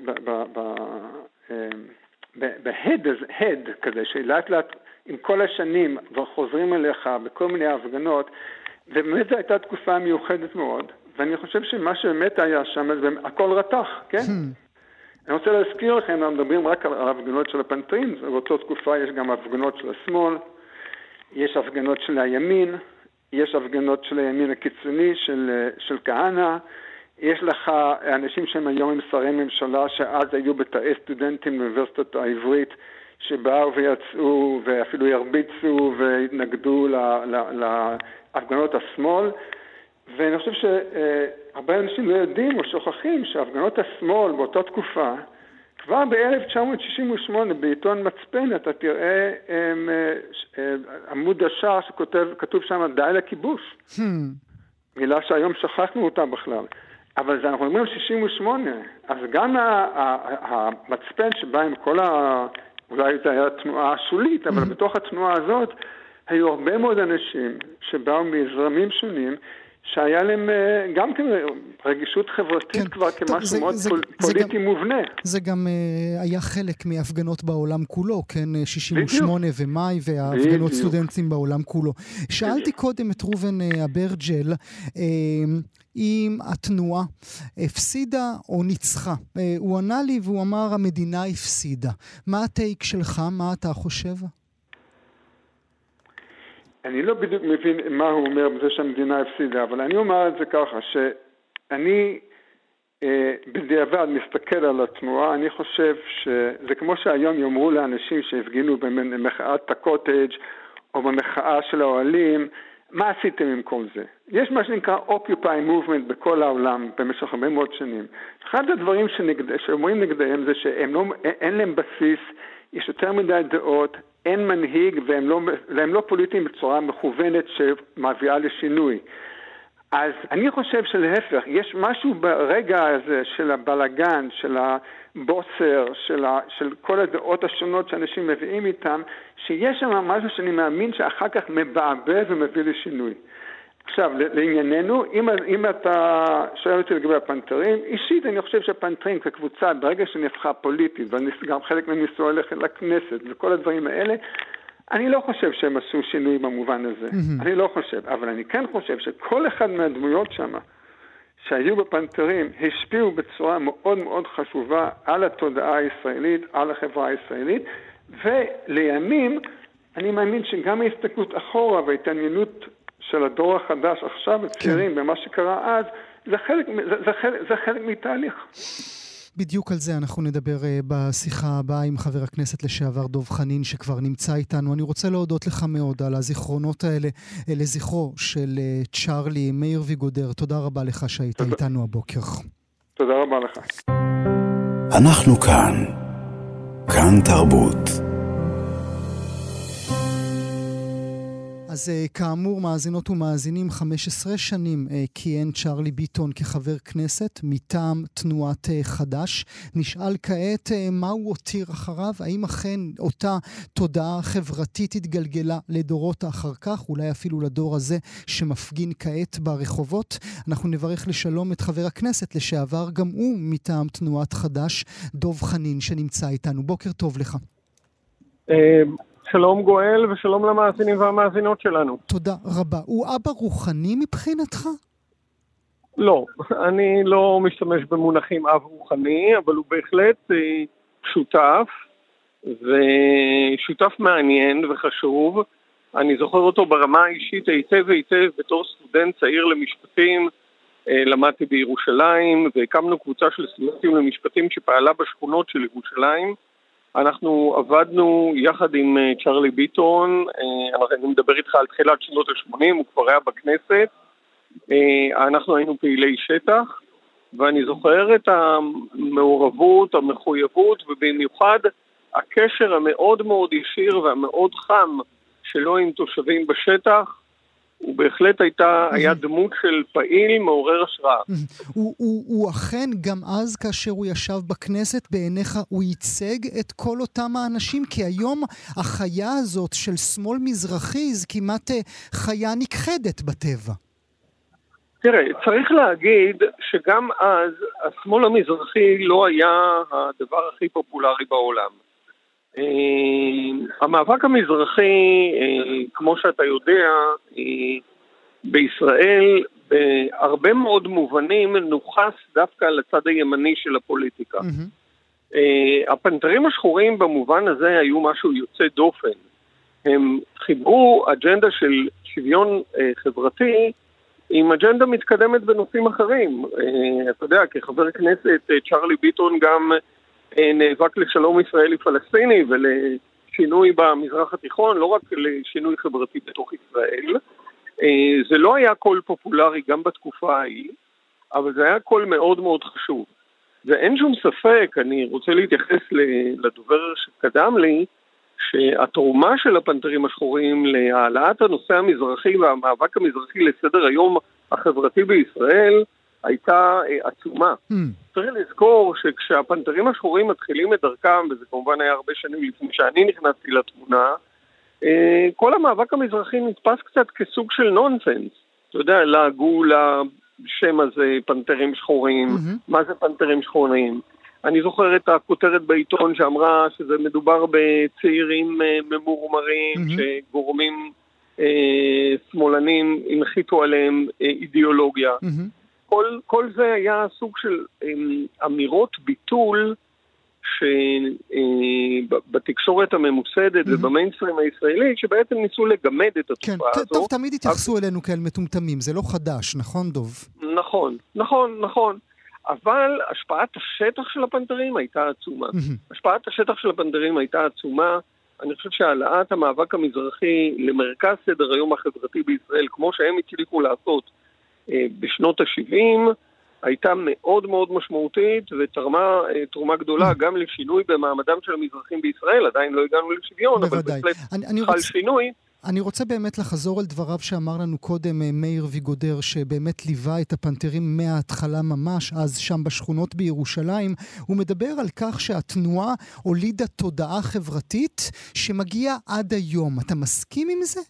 בהד כזה, שלאט לאט עם כל השנים וחוזרים אליך בכל מיני הפגנות, ובאמת זו הייתה תקופה מיוחדת מאוד, ואני חושב שמה שבאמת היה שם, זה הכל רתח, כן? אני רוצה להזכיר לכם, אנחנו מדברים רק על ההפגנות של הפנתרים, באותה תקופה יש גם הפגנות של השמאל, יש הפגנות של הימין, יש הפגנות של הימין הקיצוני, של כהנא, יש לך אנשים שהם היום עם שרי ממשלה, שאז היו בתאי סטודנטים באוניברסיטת העברית, שבאו ויצאו ואפילו ירביצו והתנגדו להפגנות השמאל, ואני חושב שהרבה אנשים לא יודעים או שוכחים שהפגנות השמאל באותה תקופה, כבר ב-1968 בעיתון מצפן אתה תראה עמוד השער שכתוב שם די לכיבוש. מילה שהיום שכחנו אותה בכלל. אבל זה אנחנו אומרים 68, אז גם המצפן שבא עם כל אולי זה היה תנועה שולית, אבל בתוך התנועה הזאת היו הרבה מאוד אנשים שבאו מזרמים שונים, שהיה להם גם רגישות חברתית כבר כמשהו מאוד פוליטי מובנה. זה גם היה חלק מהפגנות בעולם כולו, כן, 68 ומאי והפגנות סטודנטים בעולם כולו. שאלתי קודם את רובן אברג'ל, אם התנועה הפסידה או ניצחה. הוא ענה לי והוא אמר המדינה הפסידה. מה הטייק שלך? מה אתה חושב? אני לא בדיוק מבין מה הוא אומר בזה שהמדינה הפסידה, אבל אני אומר את זה ככה, שאני בדיעבד מסתכל על התנועה, אני חושב שזה כמו שהיום יאמרו לאנשים שהפגינו במחאת הקוטג' או במחאה של האוהלים, מה עשיתם עם כל זה? יש מה שנקרא Occupy Movement בכל העולם במשך הרבה מאוד שנים. אחד הדברים שאומרים נגדיהם זה שאין להם בסיס, יש יותר מדי דעות, אין מנהיג והם לא פוליטיים בצורה מכוונת שמביאה לשינוי. אז אני חושב שלהפך, יש משהו ברגע הזה של הבלגן, של הבוסר, של כל הדעות השונות שאנשים מביאים איתם, שיש שם משהו שאני מאמין שאחר כך מבעבע ומביא לשינוי. עכשיו, לענייננו, אם אתה שואל אותי לגבי הפנתרים, אישית אני חושב שהפנתרים כקבוצה, ברגע שנהפכה פוליטית, וגם חלק מהם ניסו ללכת לכנסת וכל הדברים האלה, אני לא חושב שהם עשו שינוי במובן הזה. אני לא חושב, אבל אני כן חושב שכל אחד מהדמויות שם, שהיו בפנתרים, השפיעו בצורה מאוד מאוד חשובה על התודעה הישראלית, על החברה הישראלית, ולימים אני מאמין שגם ההסתכלות אחורה וההתעניינות של הדור החדש עכשיו, הצעירים, במה שקרה אז, זה חלק מתהליך. בדיוק על זה אנחנו נדבר בשיחה הבאה עם חבר הכנסת לשעבר דוב חנין שכבר נמצא איתנו. אני רוצה להודות לך מאוד על הזיכרונות האלה, לזכרו של צ'רלי מאיר ויגודר. תודה רבה לך שהיית איתנו הבוקר. תודה רבה לך. אנחנו כאן תרבות. אז כאמור, מאזינות ומאזינים, 15 שנים כיהן צ'רלי ביטון כחבר כנסת מטעם תנועת חד"ש. נשאל כעת מה הוא הותיר אחריו, האם אכן אותה תודעה חברתית התגלגלה לדורות אחר כך, אולי אפילו לדור הזה שמפגין כעת ברחובות. אנחנו נברך לשלום את חבר הכנסת לשעבר, גם הוא מטעם תנועת חד"ש, דוב חנין, שנמצא איתנו. בוקר טוב לך. שלום גואל ושלום למאזינים והמאזינות שלנו. תודה רבה. הוא אבא רוחני מבחינתך? לא, אני לא משתמש במונחים אב רוחני, אבל הוא בהחלט שותף, ושותף מעניין וחשוב. אני זוכר אותו ברמה האישית היטב בתור סטודנט צעיר למשפטים. למדתי בירושלים והקמנו קבוצה של סטודנטים למשפטים שפעלה בשכונות של ירושלים. אנחנו עבדנו יחד עם צ'רלי ביטון, אני מדבר איתך על תחילת שנות ה-80, הוא כבר היה בכנסת, אנחנו היינו פעילי שטח, ואני זוכר את המעורבות, המחויבות, ובמיוחד הקשר המאוד מאוד ישיר והמאוד חם שלו עם תושבים בשטח, הוא בהחלט היה דמות של פעיל מעורר השראה. הוא אכן גם אז כאשר הוא ישב בכנסת בעיניך הוא ייצג את כל אותם האנשים, כי היום החיה הזאת של שמאל מזרחי זה כמעט חיה נכחדת בטבע. תראה, צריך להגיד שגם אז השמאל המזרחי לא היה הדבר הכי פופולרי בעולם. המאבק המזרחי, כמו שאתה יודע, בישראל בהרבה מאוד מובנים נוחס דווקא לצד הימני של הפוליטיקה. הפנתרים השחורים במובן הזה היו משהו יוצא דופן. הם חיברו אג'נדה של שוויון חברתי עם אג'נדה מתקדמת בנושאים אחרים. אתה יודע, כחבר כנסת צ'רלי ביטון גם נאבק לשלום ישראלי-פלסטיני ולשינוי במזרח התיכון, לא רק לשינוי חברתי בתוך ישראל. זה לא היה קול פופולרי גם בתקופה ההיא, אבל זה היה קול מאוד מאוד חשוב. ואין שום ספק, אני רוצה להתייחס לדובר שקדם לי, שהתרומה של הפנתרים השחורים להעלאת הנושא המזרחי והמאבק המזרחי לסדר היום החברתי בישראל, הייתה עצומה. צריך לזכור שכשהפנתרים השחורים מתחילים את דרכם, וזה כמובן היה הרבה שנים לפני שאני נכנסתי לתמונה, כל המאבק המזרחי נתפס קצת כסוג של נונסנס. אתה יודע, להגו לשם הזה פנתרים שחורים, מה זה פנתרים שחורים? אני זוכר את הכותרת בעיתון שאמרה שזה מדובר בצעירים ממורמרים, שגורמים שמאלנים הנחיתו עליהם אידיאולוגיה. כל זה היה סוג של אמירות ביטול שבתקשורת הממוסדת ובמיינסטרים הישראלי, שבעצם ניסו לגמד את התופעה הזו. טוב, תמיד התייחסו אלינו כאל מטומטמים, זה לא חדש, נכון דוב? נכון. אבל השפעת השטח של הפנתרים הייתה עצומה. אני חושב שהעלאת המאבק המזרחי למרכז סדר היום החברתי בישראל, כמו שהם הצליחו לעשות בשנות ה-70, הייתה מאוד מאוד משמעותית ותרמה תרומה גדולה גם לשינוי במעמדם של המזרחים בישראל. עדיין לא הגענו לשוויון, אבל בהחלט חל שינוי. אני רוצה באמת לחזור על דבריו שאמר לנו קודם מאיר ויגודר, שבאמת ליווה את הפנתרים מההתחלה ממש, אז שם בשכונות בירושלים. הוא מדבר על כך שהתנועה הולידה תודעה חברתית שמגיעה עד היום. אתה מסכים עם זה?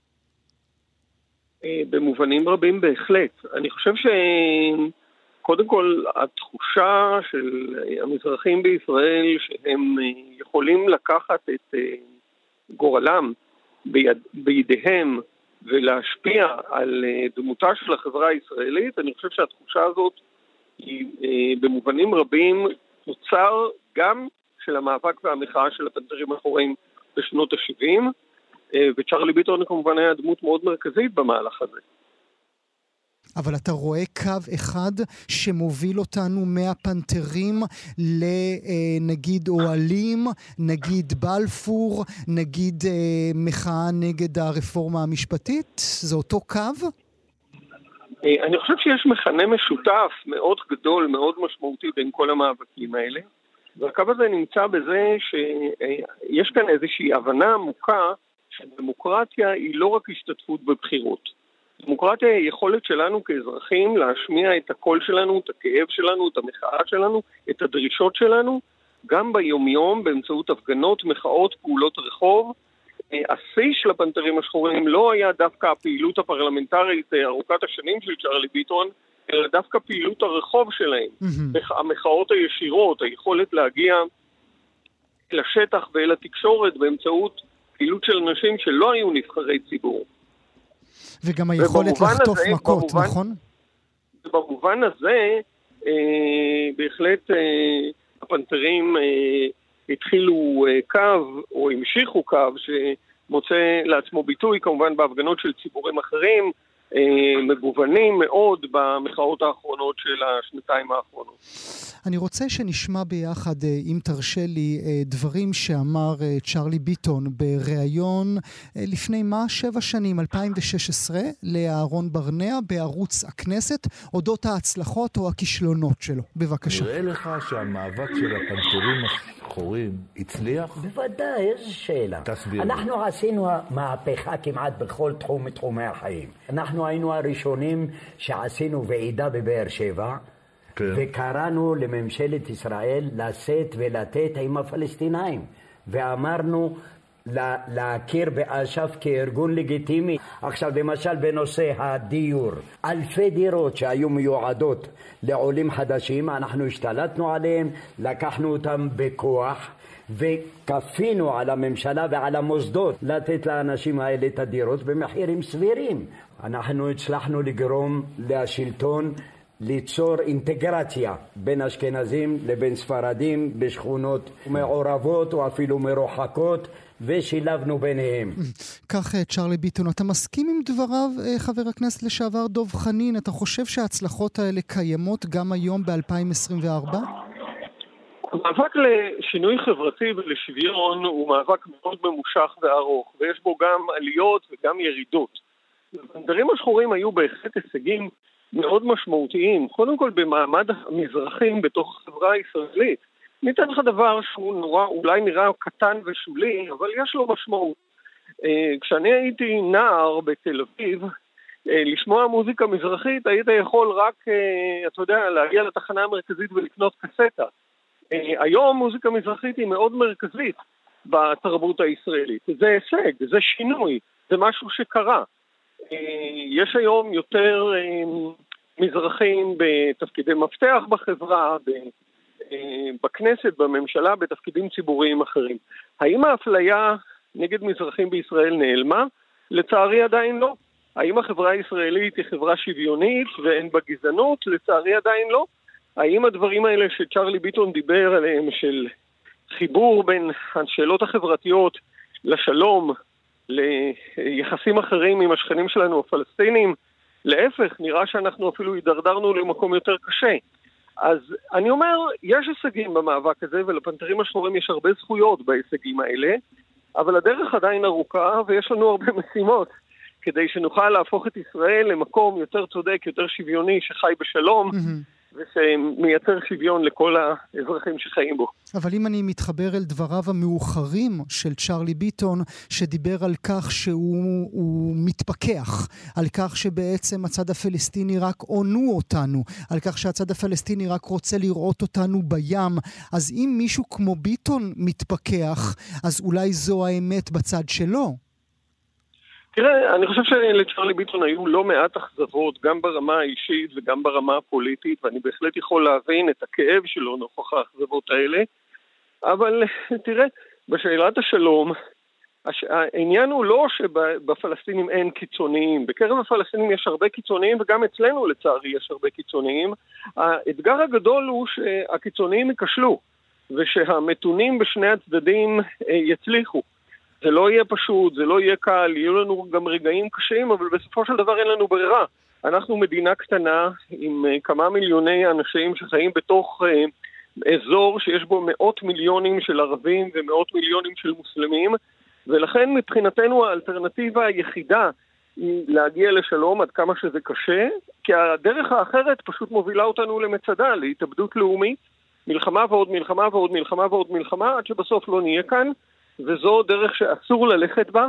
במובנים רבים בהחלט. אני חושב קודם כל, התחושה של המזרחים בישראל שהם יכולים לקחת את גורלם בידיהם ולהשפיע על דמותה של החברה הישראלית, אני חושב שהתחושה הזאת היא במובנים רבים תוצר גם של המאבק והמחאה של הפנתרים השחורים בשנות ה-70, וצ'רלי ביטון כמובן היה דמות מאוד מרכזית במהלך הזה. אבל אתה רואה קו אחד שמוביל אותנו מהפנתרים לנגיד אוהלים, נגיד בלפור, נגיד מחאה נגד הרפורמה המשפטית? זה אותו קו? אני חושב שיש מכנה משותף מאוד גדול, מאוד משמעותי בין כל המאבקים האלה. והקו הזה נמצא בזה שיש כאן איזושהי הבנה עמוקה שדמוקרטיה היא לא רק השתתפות בבחירות. דמוקרטיה היא יכולת שלנו כאזרחים להשמיע את הקול שלנו, את הכאב שלנו, את המחאה שלנו, את הדרישות שלנו, גם ביומיום, באמצעות הפגנות, מחאות, פעולות רחוב. השיא של הפנתרים השחורים לא היה דווקא הפעילות הפרלמנטרית ארוכת השנים של צ'רלי ביטון, אלא דווקא פעילות הרחוב שלהם, המחאות הישירות, היכולת להגיע לשטח ואל התקשורת באמצעות פעילות של אנשים שלא היו נבחרי ציבור. וגם היכולת לחטוף מכות, נכון? במובן הזה, בהחלט הפנתרים התחילו קו, או המשיכו קו, שמוצא לעצמו ביטוי, כמובן בהפגנות של ציבורים אחרים, מגוונים מאוד במחאות האחרונות של השנתיים האחרונות. אני רוצה שנשמע ביחד, אם תרשה לי, דברים שאמר צ'רלי ביטון בריאיון לפני 7 שנים, 2016, לאהרון ברנע בערוץ הכנסת, אודות ההצלחות או הכישלונות שלו. בבקשה. נראה לך שהמאבק של הפנתרים השחורים הצליח? בוודאי, איזו שאלה. תסביר. אנחנו עשינו מהפכה כמעט בכל תחום מתחומי החיים. אנחנו היינו הראשונים שעשינו ועידה בבאר שבע, כן. וקראנו לממשלת ישראל לשאת ולתת עם הפלסטינאים, ואמרנו להכיר באש"ף כארגון לגיטימי. עכשיו למשל בנושא הדיור, אלפי דירות שהיו מיועדות לעולים חדשים, אנחנו השתלטנו עליהם, לקחנו אותם בכוח, וכפינו על הממשלה ועל המוסדות לתת לאנשים האלה את הדירות במחירים סבירים. אנחנו הצלחנו לגרום לשלטון ליצור אינטגרציה בין אשכנזים לבין ספרדים בשכונות מעורבות או אפילו מרוחקות, ושילבנו ביניהם. כך צ'רלי ביטון, אתה מסכים עם דבריו, חבר הכנסת לשעבר דוב חנין? אתה חושב שההצלחות האלה קיימות גם היום ב-2024? המאבק לשינוי חברתי ולשוויון הוא מאבק מאוד ממושך וארוך, ויש בו גם עליות וגם ירידות. הפנתרים השחורים היו בהחלט הישגים מאוד משמעותיים, קודם כל במעמד המזרחים בתוך החברה הישראלית. ניתן לך דבר שהוא אולי נראה קטן ושולי, אבל יש לו משמעות. כשאני הייתי נער בתל אביב, לשמוע מוזיקה מזרחית, היית יכול רק, אתה יודע, להגיע לתחנה המרכזית ולקנות קסטה. היום מוזיקה מזרחית היא מאוד מרכזית בתרבות הישראלית. זה הישג, זה שינוי, זה משהו שקרה. יש היום יותר מזרחים בתפקידי מפתח בחברה, בכנסת, בממשלה, בתפקידים ציבוריים אחרים. האם האפליה נגד מזרחים בישראל נעלמה? לצערי עדיין לא. האם החברה הישראלית היא חברה שוויונית ואין בה גזענות? לצערי עדיין לא. האם הדברים האלה שצ'רלי ביטון דיבר עליהם, של חיבור בין השאלות החברתיות לשלום, ליחסים אחרים עם השכנים שלנו הפלסטינים, להפך, נראה שאנחנו אפילו הידרדרנו למקום יותר קשה. אז אני אומר, יש הישגים במאבק הזה, ולפנתרים השחורים יש הרבה זכויות בהישגים האלה, אבל הדרך עדיין ארוכה, ויש לנו הרבה משימות, כדי שנוכל להפוך את ישראל למקום יותר צודק, יותר שוויוני, שחי בשלום, ושמייצר שוויון לכל האזרחים שחיים בו. אבל אם אני מתחבר אל דבריו המאוחרים של צ'רלי ביטון, שדיבר על כך שהוא מתפכח, על כך שבעצם הצד הפלסטיני רק עונו אותנו, על כך שהצד הפלסטיני רק רוצה לראות אותנו בים, אז אם מישהו כמו ביטון מתפכח, אז אולי זו האמת בצד שלו. תראה, אני חושב שלצ'רלי ביטון היו לא מעט אכזבות, גם ברמה האישית וגם ברמה הפוליטית, ואני בהחלט יכול להבין את הכאב שלו נוכח האכזבות האלה, אבל תראה, בשאלת השלום, העניין הוא לא שבפלסטינים אין קיצוניים, בקרב הפלסטינים יש הרבה קיצוניים, וגם אצלנו לצערי יש הרבה קיצוניים. האתגר הגדול הוא שהקיצוניים ייכשלו, ושהמתונים בשני הצדדים יצליחו. זה לא יהיה פשוט, זה לא יהיה קל, יהיו לנו גם רגעים קשים, אבל בסופו של דבר אין לנו ברירה. אנחנו מדינה קטנה עם כמה מיליוני אנשים שחיים בתוך אזור שיש בו מאות מיליונים של ערבים ומאות מיליונים של מוסלמים, ולכן מבחינתנו האלטרנטיבה היחידה היא להגיע לשלום עד כמה שזה קשה, כי הדרך האחרת פשוט מובילה אותנו למצדה, להתאבדות לאומית, מלחמה ועוד מלחמה ועוד מלחמה ועוד מלחמה, עד שבסוף לא נהיה כאן, וזו דרך שאסור ללכת בה.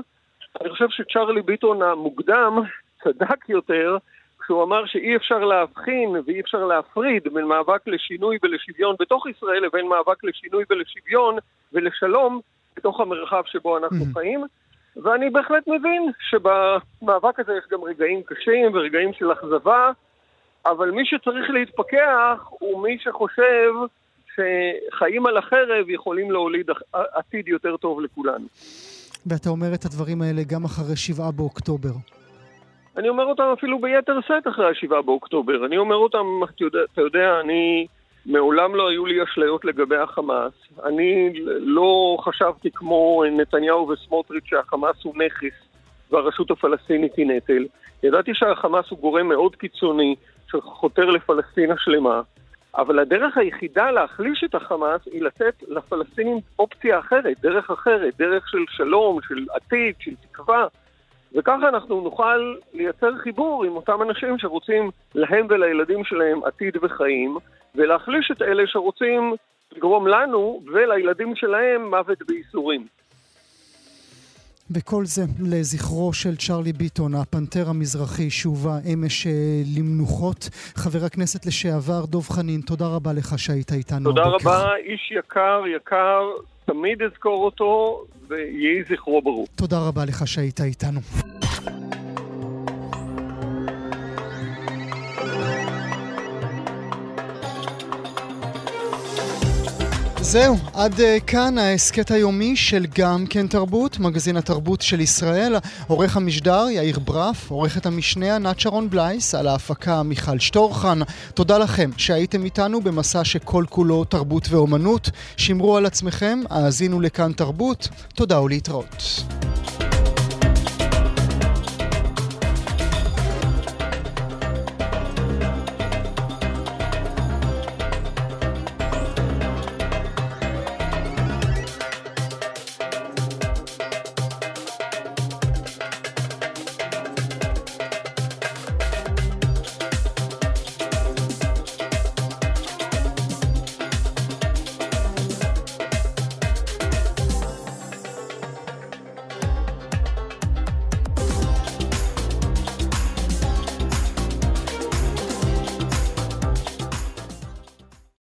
אני חושב שצ'רלי ביטון המוקדם צדק יותר, כשהוא אמר שאי אפשר להבחין ואי אפשר להפריד בין מאבק לשינוי ולשוויון בתוך ישראל לבין מאבק לשינוי ולשוויון ולשלום בתוך המרחב שבו אנחנו חיים. ואני בהחלט מבין שבמאבק הזה יש גם רגעים קשים ורגעים של אכזבה, אבל מי שצריך להתפכח הוא מי שחושב שחיים על החרב יכולים להוליד עתיד יותר טוב לכולנו. ואתה אומר את הדברים האלה גם אחרי 7 באוקטובר. אני אומר אותם אפילו ביתר סט אחרי 7 באוקטובר. אני אומר אותם, אתה יודע, מעולם לא היו לי אשליות לגבי החמאס. אני לא חשבתי כמו נתניהו וסמוטריץ' שהחמאס הוא נכס והרשות הפלסטינית היא נטל. ידעתי שהחמאס הוא גורם מאוד קיצוני שחותר לפלסטין השלמה. אבל הדרך היחידה להחליש את החמאס היא לתת לפלסטינים אופציה אחרת, דרך אחרת, דרך של שלום, של עתיד, של תקווה. וככה אנחנו נוכל לייצר חיבור עם אותם אנשים שרוצים להם ולילדים שלהם עתיד וחיים, ולהחליש את אלה שרוצים לגרום לנו ולילדים שלהם מוות בייסורים. וכל זה לזכרו של צ'רלי ביטון, הפנתר המזרחי, שהובא אמש למנוחות. חבר הכנסת לשעבר דב חנין, תודה רבה לך שהיית איתנו. תודה רבה, איש יקר, תמיד אזכור אותו ויהי זכרו ברוך. תודה רבה לך שהיית איתנו. זהו, עד כאן ההסקט היומי של גם כן תרבות, מגזין התרבות של ישראל. עורך המשדר יאיר ברף, עורכת המשנה ענת שרון בלייס, על ההפקה מיכל שטורחן. תודה לכם שהייתם איתנו במסע שכל כולו תרבות ואומנות. שמרו על עצמכם, האזינו לכאן תרבות. תודה ולהתראות.